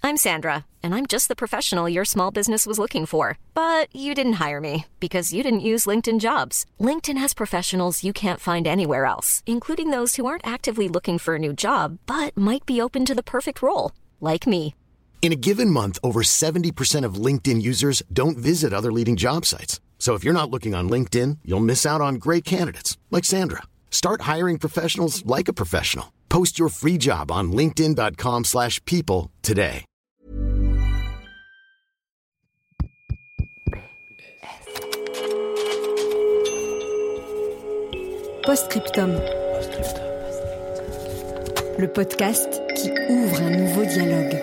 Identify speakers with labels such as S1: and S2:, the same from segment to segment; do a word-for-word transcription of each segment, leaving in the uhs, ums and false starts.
S1: I'm Sandra, and I'm just the professional your small business was looking for. But you didn't hire me because you didn't use LinkedIn Jobs. LinkedIn has professionals you can't find anywhere else, including those who aren't actively looking for a new job, but might be open to the perfect role, like me.
S2: In a given month, over seventy percent of LinkedIn users don't visit other leading job sites. So if you're not looking on LinkedIn, you'll miss out on great candidates like Sandra. Start hiring professionals like a professional. Post your free job on linkedin dot com slash people today.
S3: Postscriptum. Postscriptum. Le podcast qui ouvre un nouveau dialogue.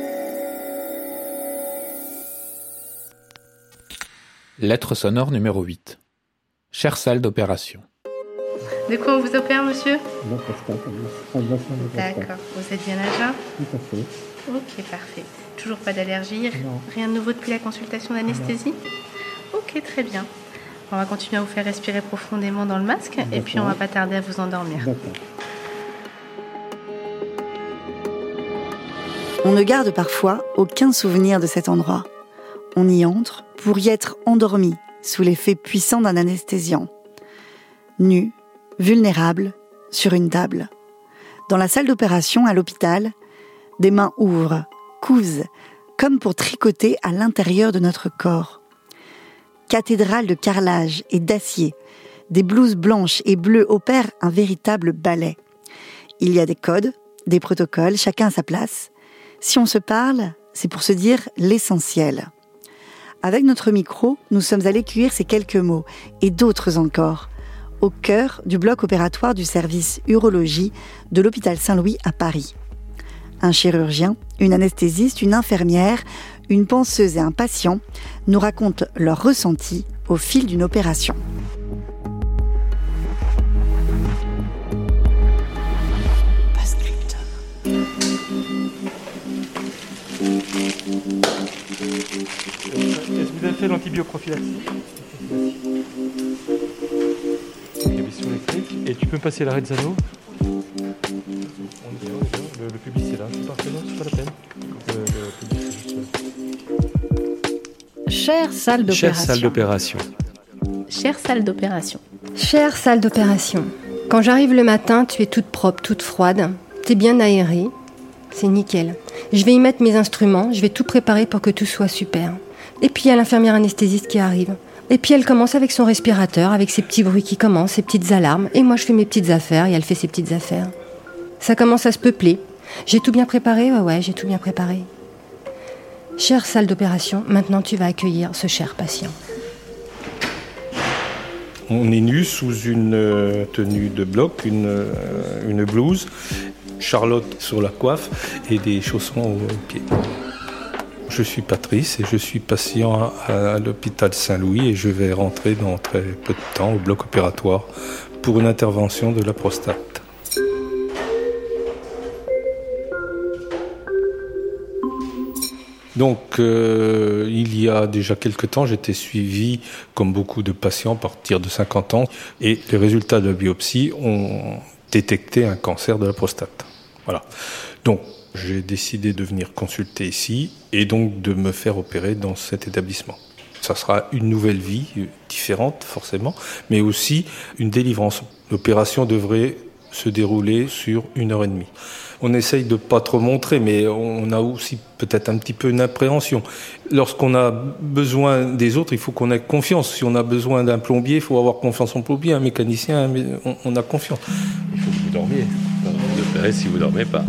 S4: Lettre sonore numéro huit. Chère salle d'opération.
S5: De quoi on vous opère, monsieur ?
S6: La prostate, translation de la prostate.
S5: D'accord. Vous êtes bien à jeun ?
S6: Tout à fait.
S5: Ok, parfait. Toujours pas d'allergie ?
S6: Non.
S5: Rien de nouveau depuis la consultation d'anesthésie ? Non. Ok, très bien. On va continuer à vous faire respirer profondément dans le masque. D'accord. Et puis on va pas tarder à vous endormir.
S6: D'accord.
S7: On ne garde parfois aucun souvenir de cet endroit. On y entre pour y être endormi sous l'effet puissant d'un anesthésiant. Nu, vulnérable, sur une table. Dans la salle d'opération à l'hôpital, des mains ouvrent, cousent, comme pour tricoter à l'intérieur de notre corps. Cathédrale de carrelage et d'acier, des blouses blanches et bleues opèrent un véritable ballet. Il y a des codes, des protocoles, chacun à sa place. Si on se parle, c'est pour se dire l'essentiel. Avec notre micro, nous sommes allés cueillir ces quelques mots, et d'autres encore, au cœur du bloc opératoire du service urologie de l'hôpital Saint-Louis à Paris. Un chirurgien, une anesthésiste, une infirmière, une penseuse et un patient nous racontent leurs ressentis au fil d'une opération.
S8: Est-ce que vous avez fait l'antibioprophylaxie ? Inhibition électrique. Et tu peux me passer la Redzano ? On est bien, on est bien. Le, le pubis est là. C'est parfait, non, c'est pas la peine. Le, le pubis, c'est juste...
S9: Chère salle d'opération.
S8: Chère salle d'opération.
S5: Chère salle d'opération.
S9: Chère salle d'opération. Quand j'arrive le matin, tu es toute propre, toute froide. T'es bien aérée. C'est nickel. Je vais y mettre mes instruments, je vais tout préparer pour que tout soit super. Et puis il y a l'infirmière anesthésiste qui arrive. Et puis elle commence avec son respirateur, avec ses petits bruits qui commencent, ses petites alarmes. Et moi je fais mes petites affaires et elle fait ses petites affaires. Ça commence à se peupler. J'ai tout bien préparé ? Ouais, ouais, j'ai tout bien préparé. Chère salle d'opération, maintenant tu vas accueillir ce cher patient.
S10: On est nu sous une tenue de bloc, une, une blouse. Charlotte sur la coiffe et des chaussons aux pieds. Je suis Patrice et je suis patient à, à l'hôpital Saint-Louis et je vais rentrer dans très peu de temps au bloc opératoire pour une intervention de la prostate. Donc, euh, il y a déjà quelques temps, j'étais suivi, comme beaucoup de patients, à partir de cinquante ans, et les résultats de la biopsie ont détecté un cancer de la prostate. Voilà. Donc, j'ai décidé de venir consulter ici et donc de me faire opérer dans cet établissement. Ça sera une nouvelle vie, différente forcément, mais aussi une délivrance. L'opération devrait se dérouler sur une heure et demie. On essaye de pas trop montrer, mais on a aussi peut-être un petit peu une appréhension. Lorsqu'on a besoin des autres, il faut qu'on ait confiance. Si on a besoin d'un plombier, il faut avoir confiance en plombier, un mécanicien, on, on a confiance.
S11: Il faut que vous dormiez. Vous opérez si vous ne dormez pas.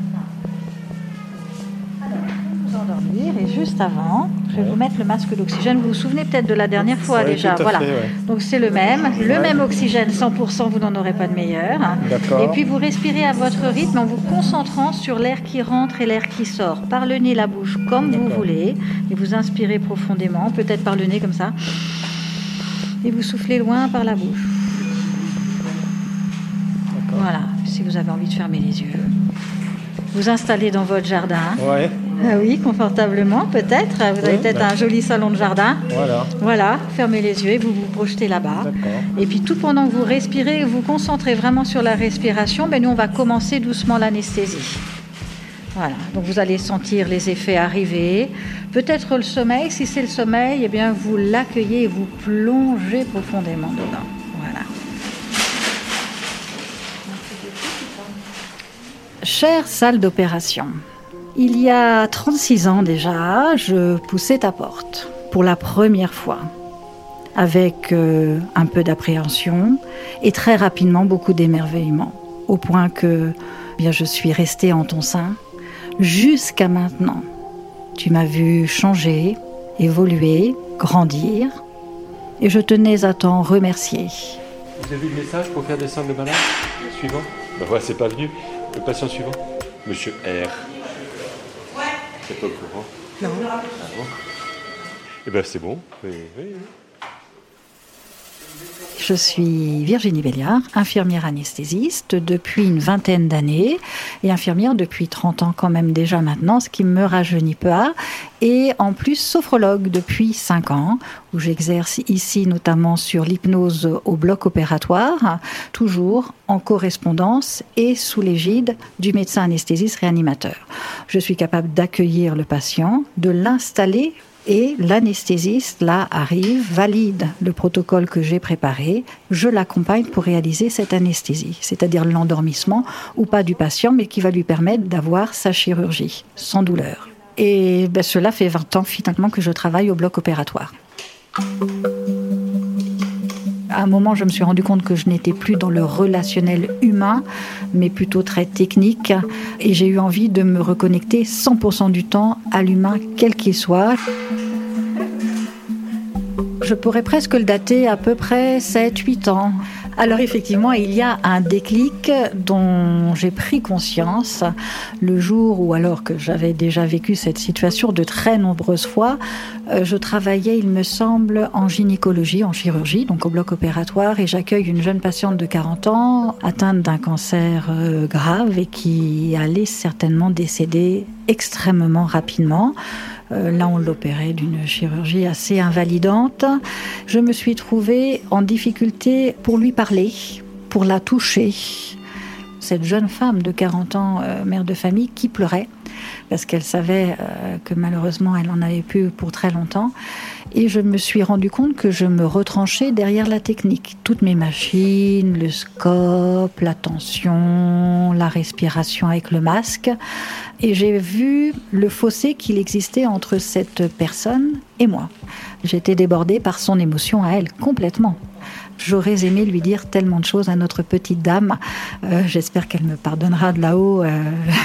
S12: Et juste avant, je vais ouais. vous mettre le masque d'oxygène. Vous vous souvenez peut-être de la dernière fois ouais, déjà. Voilà. Fait, ouais. Donc c'est le même, le ouais. même oxygène, cent pour cent, vous n'en aurez pas de meilleur. D'accord. Et puis vous respirez à votre rythme en vous concentrant sur l'air qui rentre et l'air qui sort. Par le nez, la bouche, comme D'accord. vous voulez. Et vous inspirez profondément, peut-être par le nez comme ça. Et vous soufflez loin par la bouche. D'accord. Voilà. Si vous avez envie de fermer les yeux. Vous installez dans votre jardin.
S6: Ouais.
S12: Ah oui, confortablement, peut-être. Vous avez ouais, peut-être bah. un joli salon de jardin.
S6: Voilà.
S12: Voilà, fermez les yeux et vous vous projetez là-bas.
S6: D'accord.
S12: Et puis tout pendant que vous respirez, vous concentrez vraiment sur la respiration, ben nous on va commencer doucement l'anesthésie. Voilà, donc vous allez sentir les effets arriver. Peut-être le sommeil, si c'est le sommeil, eh bien vous l'accueillez et vous plongez profondément dedans. Voilà. Chère salle d'opération, il y a trente-six ans déjà, je poussais ta porte pour la première fois, avec euh, un peu d'appréhension et très rapidement beaucoup d'émerveillement, au point que eh bien, je suis restée en ton sein jusqu'à maintenant. Tu m'as vu changer, évoluer, grandir, et je tenais à t'en remercier.
S8: Vous avez vu le message pour faire descendre le malade suivant? Ben voilà, c'est pas venu. Le patient suivant, Monsieur R. Ouais. C'est pas au courant? Non. Ah bon? Eh ben c'est bon. Oui, oui, oui.
S12: Je suis Virginie Béliard, infirmière anesthésiste depuis une vingtaine d'années et infirmière depuis trente ans quand même déjà maintenant, ce qui me rajeunit pas. Et en plus sophrologue depuis cinq ans, où j'exerce ici notamment sur l'hypnose au bloc opératoire, toujours en correspondance et sous l'égide du médecin anesthésiste réanimateur. Je suis capable d'accueillir le patient, de l'installer. Et l'anesthésiste, là, arrive, valide le protocole que j'ai préparé. Je l'accompagne pour réaliser cette anesthésie, c'est-à-dire l'endormissement, ou pas du patient, mais qui va lui permettre d'avoir sa chirurgie, sans douleur. Et ben, cela fait vingt ans, finalement, que je travaille au bloc opératoire. À un moment, je me suis rendu compte que je n'étais plus dans le relationnel humain, mais plutôt très technique. Et j'ai eu envie de me reconnecter cent pour cent du temps à l'humain, quel qu'il soit. Je pourrais presque le dater à peu près sept huit ans. Alors effectivement, il y a un déclic dont j'ai pris conscience le jour où, alors que j'avais déjà vécu cette situation de très nombreuses fois, euh, je travaillais, il me semble, en gynécologie, en chirurgie, donc au bloc opératoire, et j'accueille une jeune patiente de quarante ans atteinte d'un cancer euh, grave et qui allait certainement décéder extrêmement rapidement. Euh, là, on l'opérait d'une chirurgie assez invalidante. Je me suis trouvée en difficulté pour lui parler, pour la toucher. Cette jeune femme de quarante ans, euh, mère de famille, qui pleurait parce qu'elle savait euh, que malheureusement, elle n'en avait plus pour très longtemps. Et je me suis rendu compte que je me retranchais derrière la technique. Toutes mes machines, le scope, la tension, la respiration avec le masque. Et j'ai vu le fossé qu'il existait entre cette personne et moi. J'étais débordée par son émotion à elle, complètement. J'aurais aimé lui dire tellement de choses à notre petite dame. Euh, j'espère qu'elle me pardonnera de là-haut euh,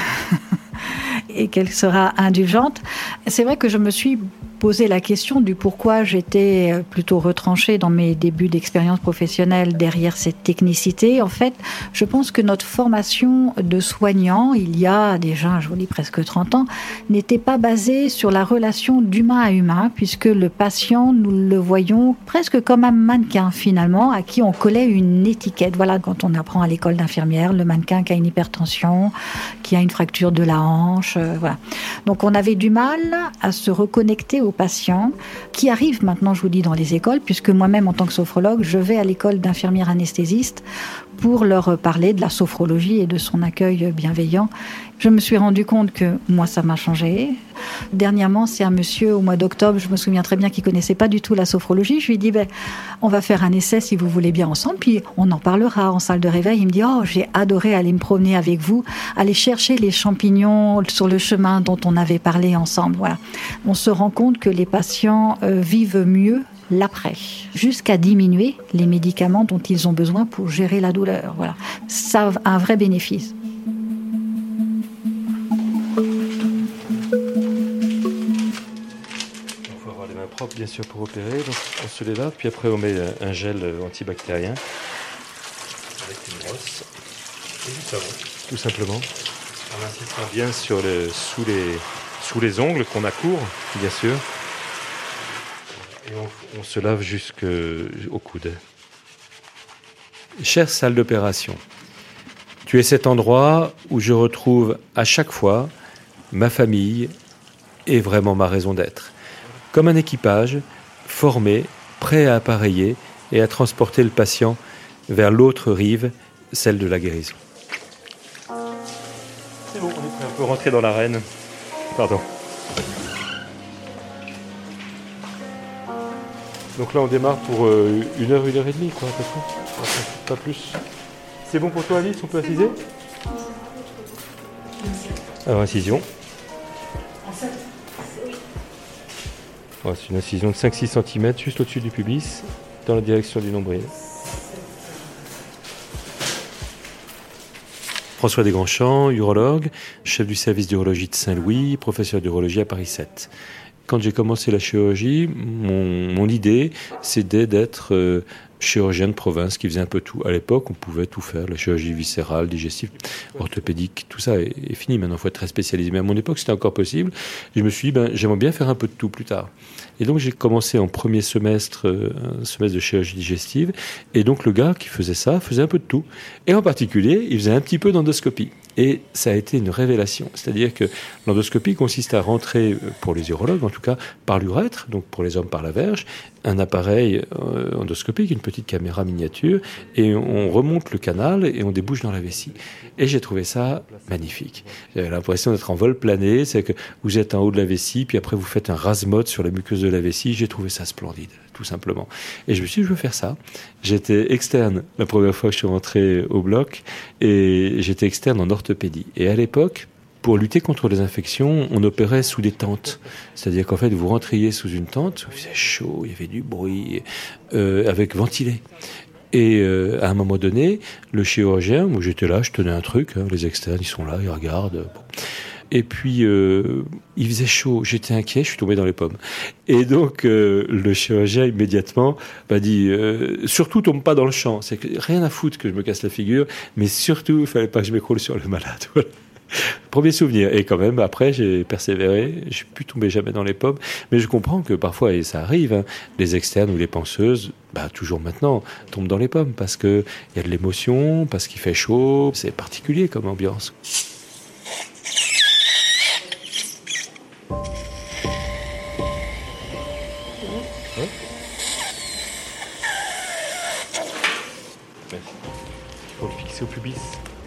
S12: et qu'elle sera indulgente. C'est vrai que je me suis posé la question du pourquoi j'étais plutôt retranchée dans mes débuts d'expérience professionnelle derrière cette technicité. En fait, je pense que notre formation de soignant, il y a déjà, je vous dis, presque trente ans, n'était pas basée sur la relation d'humain à humain, puisque le patient, nous le voyons presque comme un mannequin, finalement, à qui on collait une étiquette. Voilà, quand on apprend à l'école d'infirmière, le mannequin qui a une hypertension, qui a une fracture de la hanche, euh, voilà. Donc on avait du mal à se reconnecter aux patients qui arrivent maintenant, je vous dis, dans les écoles, puisque moi-même, en tant que sophrologue, je vais à l'école d'infirmières anesthésistes pour leur parler de la sophrologie et de son accueil bienveillant. Je me suis rendu compte que moi, ça m'a changé. Dernièrement, c'est un monsieur au mois d'octobre, je me souviens très bien, qui connaissait pas du tout la sophrologie. Je lui ai dit, ben, on va faire un essai si vous voulez bien ensemble, puis on en parlera en salle de réveil. Il me dit, oh, j'ai adoré aller me promener avec vous, aller chercher les champignons sur le chemin dont on avait parlé ensemble. Voilà. On se rend compte que les patients euh, vivent mieux l'après, jusqu'à diminuer les médicaments dont ils ont besoin pour gérer la douleur. Voilà. Ça a un vrai bénéfice.
S8: Propre bien sûr pour opérer, donc on se les lave, puis après on met un gel antibactérien avec une brosse et du savon, tout simplement. On insistera bien sur le, sous, les, sous les ongles qu'on a courts, bien sûr, et on, on se lave jusqu'au coude.
S11: Chère salle d'opération, tu es cet endroit où je retrouve à chaque fois ma famille et vraiment ma raison d'être. Comme un équipage, formé, prêt à appareiller et à transporter le patient vers l'autre rive, celle de la guérison.
S8: C'est bon, on est prêt. On peut rentrer dans l'arène. Pardon. Donc là, on démarre pour euh, une heure, une heure et demie, quoi, à peu près. Pas plus. C'est bon pour toi, Alice? On peut assiser? Alors, incision. Oh, c'est une incision de cinq à six centimètres, juste au-dessus du pubis, dans la direction du nombril. François Desgrandchamps, urologue, chef du service d'urologie de Saint-Louis, professeur d'urologie à Paris sept. Quand j'ai commencé la chirurgie, mon, mon idée, c'était d'être euh, chirurgien de province qui faisait un peu tout. À l'époque, on pouvait tout faire, la chirurgie viscérale, digestive, orthopédique, tout ça est, est fini. Maintenant, il faut être très spécialisé. Mais à mon époque, c'était encore possible. Et je me suis dit, ben, j'aimerais bien faire un peu de tout plus tard. Et donc, j'ai commencé en premier semestre, euh, un semestre de chirurgie digestive. Et donc, le gars qui faisait ça faisait un peu de tout. Et en particulier, il faisait un petit peu d'endoscopie. Et ça a été une révélation. C'est-à-dire que l'endoscopie consiste à rentrer, pour les urologues en tout cas, par l'urètre, donc pour les hommes par la verge, un appareil euh, endoscopique, une petite caméra miniature, et on remonte le canal et on débouche dans la vessie. Et j'ai trouvé ça magnifique. J'avais l'impression d'être en vol plané, c'est que vous êtes en haut de la vessie, puis après vous faites un rase-motte sur la muqueuse de la vessie. J'ai trouvé ça splendide, tout simplement. Et je me suis dit, je veux faire ça. J'étais externe la première fois que je suis rentré au bloc, et j'étais externe en orthopédie. Et à l'époque, pour lutter contre les infections, on opérait sous des tentes. C'est-à-dire qu'en fait, vous rentriez sous une tente, il faisait chaud, il y avait du bruit, euh, avec ventilé. Et euh, à un moment donné, le chirurgien, moi j'étais là, je tenais un truc, hein, les externes, ils sont là, ils regardent. Bon. Et puis, euh, il faisait chaud, j'étais inquiet, je suis tombé dans les pommes. Et donc, euh, le chirurgien, immédiatement, m'a dit, euh, surtout, tombe pas dans le champ. C'est que rien à foutre que je me casse la figure, mais surtout, il fallait pas que je m'écroule sur le malade. Voilà. Premier souvenir. Et quand même, après, j'ai persévéré, je suis plus tombé jamais dans les pommes. Mais je comprends que parfois, et ça arrive, hein, les externes ou les penseuses, bah, toujours maintenant, tombent dans les pommes parce qu'il y a de l'émotion, parce qu'il fait chaud. C'est particulier comme ambiance. Pour le fixer au pubis.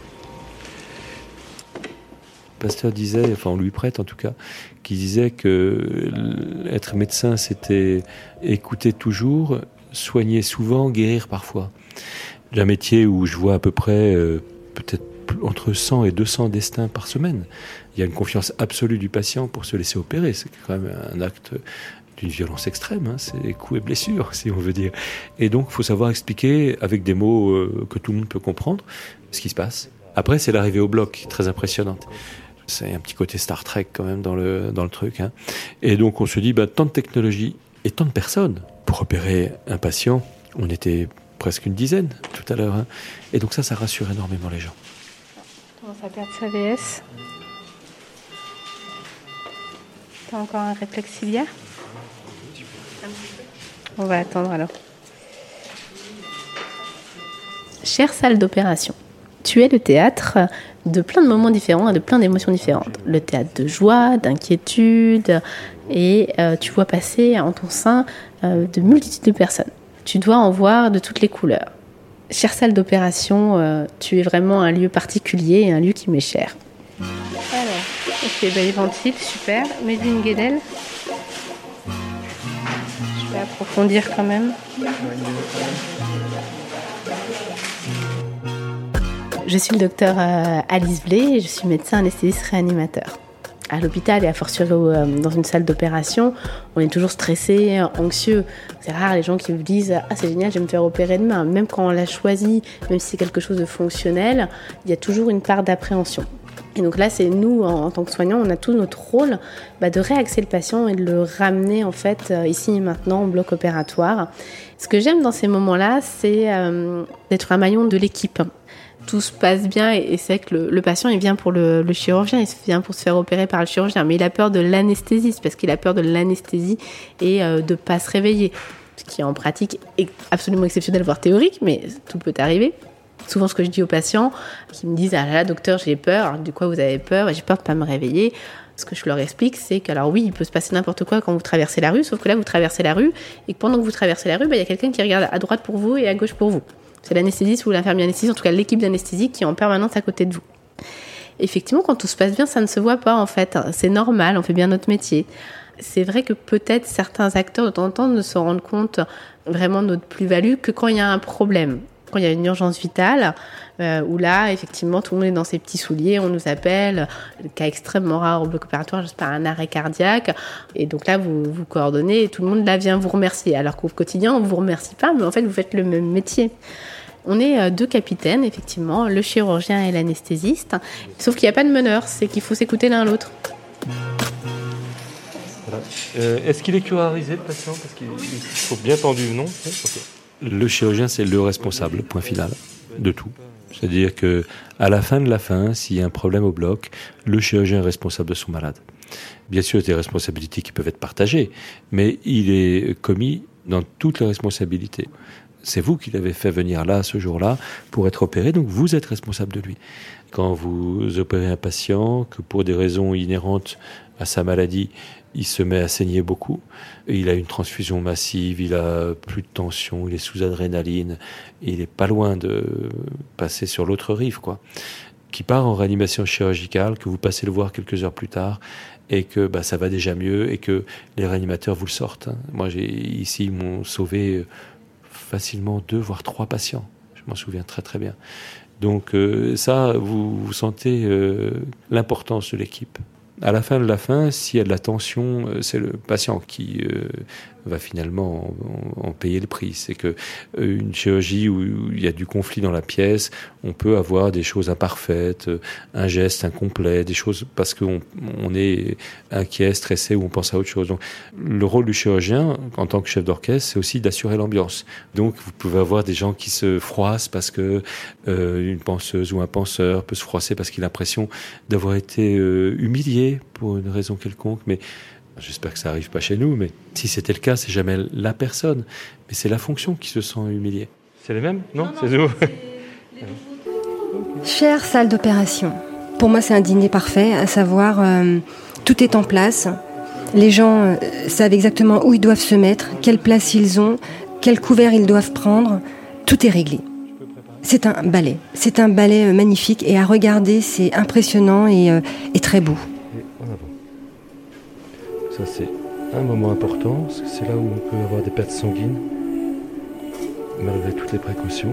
S8: Pasteur disait, enfin on lui prête en tout cas, qui disait que être médecin c'était écouter toujours, soigner souvent, guérir parfois. J'ai un métier où je vois à peu près euh, peut-être entre cent et deux cents destins par semaine. Il y a une confiance absolue du patient pour se laisser opérer. C'est quand même un acte d'une violence extrême, hein, c'est coups et blessures, si on veut dire. Et donc, il faut savoir expliquer avec des mots euh, que tout le monde peut comprendre ce qui se passe. Après, c'est l'arrivée au bloc, très impressionnante. C'est un petit côté Star Trek quand même dans le, dans le truc. Hein. Et donc, on se dit, bah, tant de technologie et tant de personnes pour opérer un patient. On était presque une dizaine tout à l'heure. Hein. Et donc ça, ça rassure énormément les gens.
S5: On commence à perdre sa V S. T'as encore un réflexe ciliaire ? On va attendre alors. Chère salle d'opération, tu es le théâtre de plein de moments différents et de plein d'émotions différentes. Le théâtre de joie, d'inquiétude, et euh, tu vois passer en ton sein euh, de multitudes de personnes. Tu dois en voir de toutes les couleurs. Chère salle d'opération, euh, tu es vraiment un lieu particulier, un lieu qui m'est cher. Alors, ok, bah, les ventiles, super. Medine Guedel. Je vais approfondir quand même. Je suis le docteur euh, Alice Blé et je suis médecin anesthésiste réanimateur. À l'hôpital et à fortiori euh, dans une salle d'opération, on est toujours stressé, anxieux. C'est rare les gens qui vous disent « Ah, c'est génial, je vais me faire opérer demain ». Même quand on l'a choisi, même si c'est quelque chose de fonctionnel, il y a toujours une part d'appréhension. Et donc là, c'est nous, en, en tant que soignants, on a tout notre rôle bah, de réaxer le patient et de le ramener en fait euh, ici et maintenant au bloc opératoire. Ce que j'aime dans ces moments-là, c'est euh, d'être un maillon de l'équipe. Tout se passe bien et, et c'est que le, le patient, il vient pour le, le chirurgien, il vient pour se faire opérer par le chirurgien, mais il a peur de l'anesthésiste parce qu'il a peur de l'anesthésie et euh, de ne pas se réveiller. Ce qui en pratique est absolument exceptionnel, voire théorique, mais tout peut arriver. Souvent, ce que je dis aux patients qui me disent « Ah là là, docteur, j'ai peur. » Alors, de quoi vous avez peur ? bah, J'ai peur de ne pas me réveiller. Ce que je leur explique, c'est que, alors oui, il peut se passer n'importe quoi quand vous traversez la rue, sauf que là, vous traversez la rue et que pendant que vous traversez la rue, bah, y a quelqu'un qui regarde à droite pour vous et à gauche pour vous. C'est l'anesthésiste ou l'infirmier anesthésiste, en tout cas l'équipe d'anesthésie qui est en permanence à côté de vous. Effectivement, quand tout se passe bien, ça ne se voit pas en fait. C'est normal, on fait bien notre métier. C'est vrai que peut-être certains acteurs de temps en temps ne se rendent compte vraiment de notre plus-value que quand il y a un problème. Quand il y a une urgence vitale, euh, où là, effectivement, tout le monde est dans ses petits souliers, on nous appelle, le cas extrêmement rare au bloc opératoire, je sais pas, un arrêt cardiaque, et donc là, vous vous coordonnez, et tout le monde là vient vous remercier, alors qu'au quotidien, on vous remercie pas, mais en fait, vous faites le même métier. On est euh, deux capitaines, effectivement, le chirurgien et l'anesthésiste, sauf qu'il n'y a pas de meneur, c'est qu'il faut s'écouter l'un l'autre.
S8: Voilà. Euh, est-ce qu'il est curarisé, le patient? Parce qu'il faut bien tendu, non? Okay.
S11: Le chirurgien, c'est le responsable, point final, de tout. C'est-à-dire que à la fin de la fin, s'il y a un problème au bloc, le chirurgien est responsable de son malade. Bien sûr, il y a des responsabilités qui peuvent être partagées, mais il est commis dans toutes les responsabilités. C'est vous qui l'avez fait venir là, ce jour-là, pour être opéré, donc vous êtes responsable de lui. Quand vous opérez un patient, que pour des raisons inhérentes à sa maladie, il se met à saigner beaucoup, il a une transfusion massive, il a plus de tension, il est sous adrénaline, il est pas loin de passer sur l'autre rive, quoi. Qui part en réanimation chirurgicale, que vous passez le voir quelques heures plus tard, et que bah, ça va déjà mieux, et que les réanimateurs vous le sortent. Moi, j'ai, ici, ils m'ont sauvé facilement deux, voire trois patients. Je m'en souviens très très bien. Donc euh, ça, vous, vous sentez euh, l'importance de l'équipe. À la fin de la fin, s'il y a de la tension, c'est le patient qui euh, va finalement en, en payer le prix. C'est que euh, une chirurgie où, où il y a du conflit dans la pièce, on peut avoir des choses imparfaites, un geste incomplet, des choses parce qu'on on est inquiet, stressé ou on pense à autre chose. Donc, le rôle du chirurgien, en tant que chef d'orchestre, c'est aussi d'assurer l'ambiance. Donc, vous pouvez avoir des gens qui se froissent parce que euh, une penseuse ou un penseur peut se froisser parce qu'il a l'impression d'avoir été euh, humilié pour une raison quelconque, mais j'espère que ça n'arrive pas chez nous, mais si c'était le cas, c'est jamais la personne, mais c'est la fonction qui se sent humiliée.
S8: C'est les mêmes? Non, non, c'est nous.
S9: Chère salle d'opération, pour moi c'est un dîner parfait, à savoir euh, tout est en place, les gens euh, savent exactement où ils doivent se mettre, quelle place ils ont, quel couvert ils doivent prendre, tout est réglé. C'est un ballet, c'est un ballet magnifique et à regarder c'est impressionnant et, euh, et très beau.
S8: Et en avant. Ça c'est un moment important, parce que c'est là où on peut avoir des pertes sanguines, malgré toutes les précautions.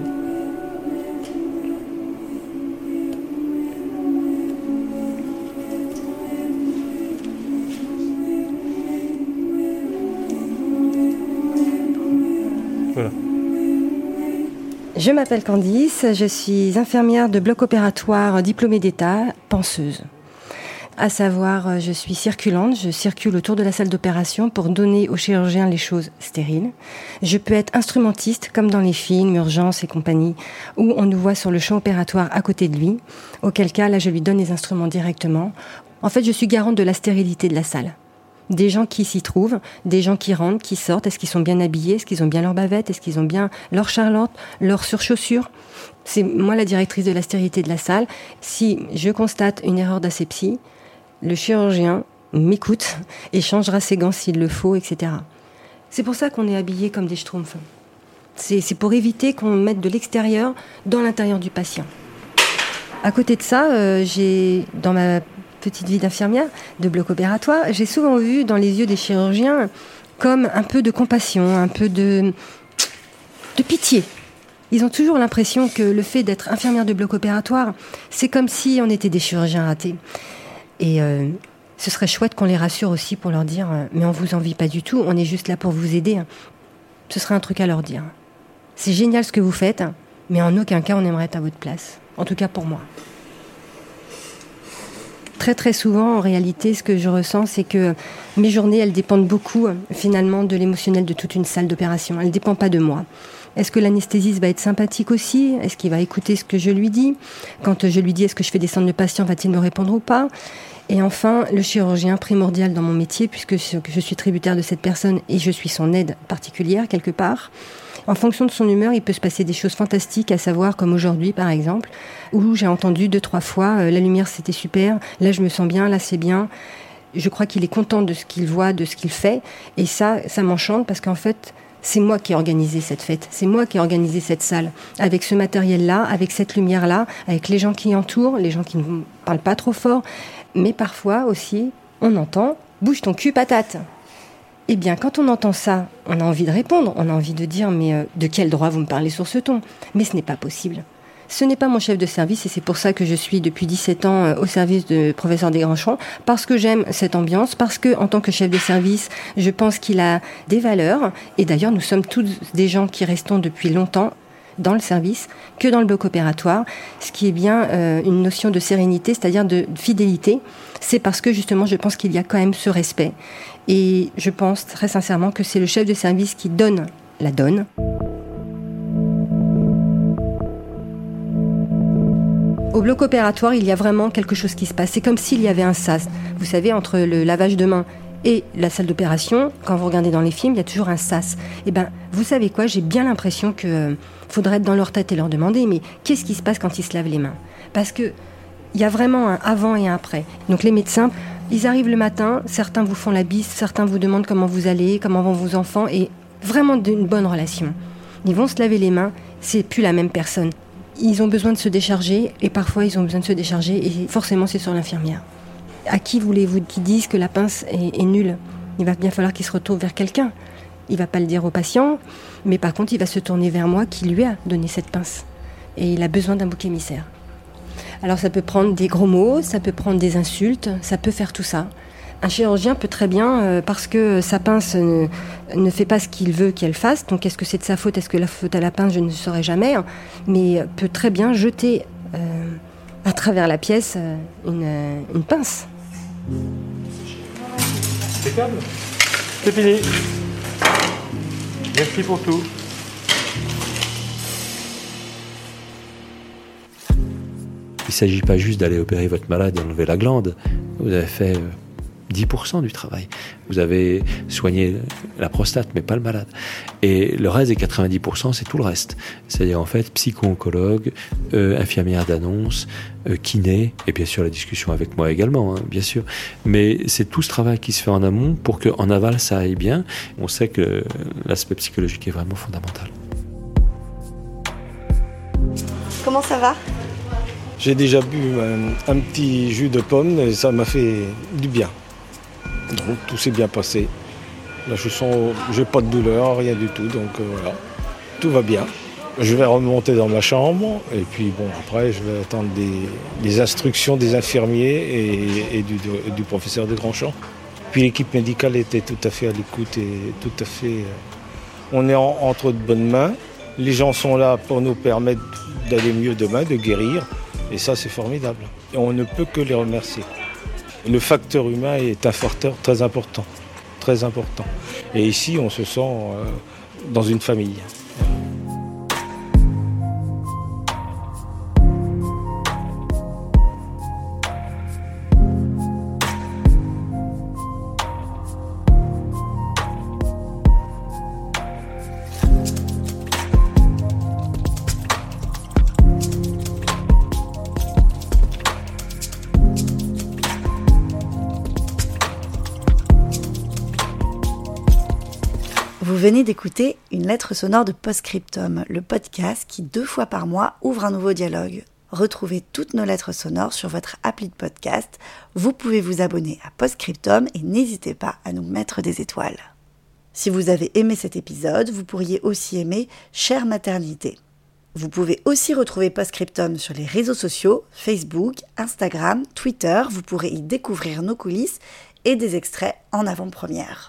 S8: Voilà.
S9: Je m'appelle Candice, je suis infirmière de bloc opératoire diplômée d'État, penseuse. À savoir, je suis circulante, je circule autour de la salle d'opération pour donner aux chirurgiens les choses stériles. Je peux être instrumentiste, comme dans les films, Urgence et compagnie, où on nous voit sur le champ opératoire à côté de lui, auquel cas, là, je lui donne les instruments directement. En fait, je suis garante de la stérilité de la salle. Des gens qui s'y trouvent, des gens qui rentrent, qui sortent, est-ce qu'ils sont bien habillés, est-ce qu'ils ont bien leur bavette, est-ce qu'ils ont bien leur charlotte, leurs surchaussures. C'est moi la directrice de la stérilité de la salle. Si je constate une erreur d'asepsie, le chirurgien m'écoute et changera ses gants s'il le faut, et cetera. C'est pour ça qu'on est habillés comme des schtroumpfs. C'est, c'est pour éviter qu'on mette de l'extérieur dans l'intérieur du patient. À côté de ça, euh, j'ai, dans ma petite vie d'infirmière de bloc opératoire, j'ai souvent vu dans les yeux des chirurgiens comme un peu de compassion, un peu de, de pitié. Ils ont toujours l'impression que le fait d'être infirmière de bloc opératoire, c'est comme si on était des chirurgiens ratés. Et euh, ce serait chouette qu'on les rassure aussi pour leur dire euh, « mais on vous envie pas du tout, on est juste là pour vous aider ». Ce serait un truc à leur dire. C'est génial ce que vous faites, mais en aucun cas on aimerait être à votre place. En tout cas pour moi. Très très souvent, en réalité, ce que je ressens, c'est que mes journées, elles dépendent beaucoup, finalement, de l'émotionnel de toute une salle d'opération. Elles ne dépendent pas de moi. Est-ce que l'anesthésiste va être sympathique aussi ? Est-ce qu'il va écouter ce que je lui dis ? Quand je lui dis, est-ce que je fais descendre le patient, va-t-il me répondre ou pas ? Et enfin, le chirurgien, primordial dans mon métier, puisque je suis tributaire de cette personne et je suis son aide particulière, quelque part. En fonction de son humeur, il peut se passer des choses fantastiques, à savoir comme aujourd'hui par exemple, où j'ai entendu deux, trois fois euh, « la lumière c'était super, là je me sens bien, là c'est bien ». Je crois qu'il est content de ce qu'il voit, de ce qu'il fait, et ça, ça m'enchante parce qu'en fait, c'est moi qui ai organisé cette fête, c'est moi qui ai organisé cette salle, avec ce matériel-là, avec cette lumière-là, avec les gens qui entourent, les gens qui ne parlent pas trop fort, mais parfois aussi, on entend « bouge ton cul, patate ». Eh bien, quand on entend ça, on a envie de répondre, on a envie de dire « mais euh, de quel droit vous me parlez sur ce ton ?» Mais ce n'est pas possible. Ce n'est pas mon chef de service et c'est pour ça que je suis depuis dix-sept ans euh, au service de professeur Desgrands-Champs, parce que j'aime cette ambiance, parce que en tant que chef de service, je pense qu'il a des valeurs. Et d'ailleurs, nous sommes tous des gens qui restons depuis longtemps dans le service, que dans le bloc opératoire, ce qui est bien euh, une notion de sérénité, c'est-à-dire de fidélité. C'est parce que justement, je pense qu'il y a quand même ce respect. Et je pense très sincèrement que c'est le chef de service qui donne la donne. Au bloc opératoire, il y a vraiment quelque chose qui se passe. C'est comme s'il y avait un sas. Vous savez, entre le lavage de mains et la salle d'opération, quand vous regardez dans les films, il y a toujours un sas. Eh bien, vous savez quoi, j'ai bien l'impression qu'il euh, faudrait être dans leur tête et leur demander, mais qu'est-ce qui se passe quand ils se lavent les mains ? Parce qu'il y a vraiment un avant et un après. Donc les médecins, ils arrivent le matin, certains vous font la bise, certains vous demandent comment vous allez, comment vont vos enfants, et vraiment d'une bonne relation. Ils vont se laver les mains, c'est plus la même personne. Ils ont besoin de se décharger, et parfois ils ont besoin de se décharger, et forcément c'est sur l'infirmière. À qui voulez-vous qu'ils disent que la pince est, est nulle ? Il va bien falloir qu'il se retourne vers quelqu'un. Il ne va pas le dire au patient, mais par contre il va se tourner vers moi qui lui a donné cette pince. Et il a besoin d'un bouc émissaire. Alors ça peut prendre des gros mots, ça peut prendre des insultes, ça peut faire tout ça. Un chirurgien peut très bien, euh, parce que sa pince ne, ne fait pas ce qu'il veut qu'elle fasse, donc est-ce que c'est de sa faute, est-ce que la faute à la pince, je ne saurais jamais, hein, mais peut très bien jeter euh, à travers la pièce euh, une, euh, une pince.
S8: Impeccable. C'est fini. Merci pour tout.
S11: Il ne s'agit pas juste d'aller opérer votre malade et enlever la glande. Vous avez fait dix pour cent du travail. Vous avez soigné la prostate, mais pas le malade. Et le reste des quatre-vingt-dix pour cent, c'est tout le reste. C'est-à-dire, en fait, psycho-oncologue, euh, infirmière d'annonce, euh, kiné, et bien sûr la discussion avec moi également, hein, bien sûr. Mais c'est tout ce travail qui se fait en amont pour qu'en aval, ça aille bien. On sait que l'aspect psychologique est vraiment fondamental.
S7: Comment ça va ?
S6: J'ai déjà bu un, un petit jus de pomme et ça m'a fait du bien. Donc tout s'est bien passé. Là je sens, j'ai pas de douleur, rien du tout, donc euh, voilà, tout va bien. Je vais remonter dans ma chambre et puis bon après je vais attendre des, des instructions des infirmiers et, et du, de, du professeur Desgrands-Champs. Puis l'équipe médicale était tout à fait à l'écoute et tout à fait. Euh, on est en, entre de bonnes mains. Les gens sont là pour nous permettre d'aller mieux demain, de guérir. Et ça, c'est formidable. Et on ne peut que les remercier. Le facteur humain est un facteur très important. Très important. Et ici, on se sent euh, dans une famille.
S7: Vous venez d'écouter une lettre sonore de Postscriptum, le podcast qui, deux fois par mois, ouvre un nouveau dialogue. Retrouvez toutes nos lettres sonores sur votre appli de podcast. Vous pouvez vous abonner à Postscriptum et n'hésitez pas à nous mettre des étoiles. Si vous avez aimé cet épisode, vous pourriez aussi aimer Chère Maternité. Vous pouvez aussi retrouver Postscriptum sur les réseaux sociaux, Facebook, Instagram, Twitter. Vous pourrez y découvrir nos coulisses et des extraits en avant-première.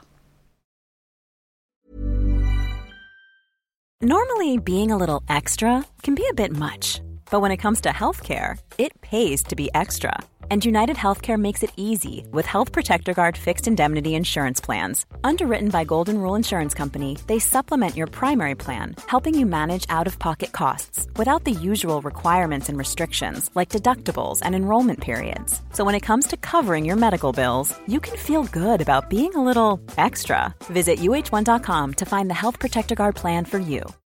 S13: Normally, being a little extra can be a bit much, but when it comes to healthcare, it pays to be extra. And United Healthcare makes it easy with Health Protector Guard fixed indemnity insurance plans. Underwritten by Golden Rule Insurance Company, they supplement your primary plan, helping you manage out-of-pocket costs without the usual requirements and restrictions like deductibles and enrollment periods. So when it comes to covering your medical bills, you can feel good about being a little extra. Visit U H one dot com to find the Health Protector Guard plan for you.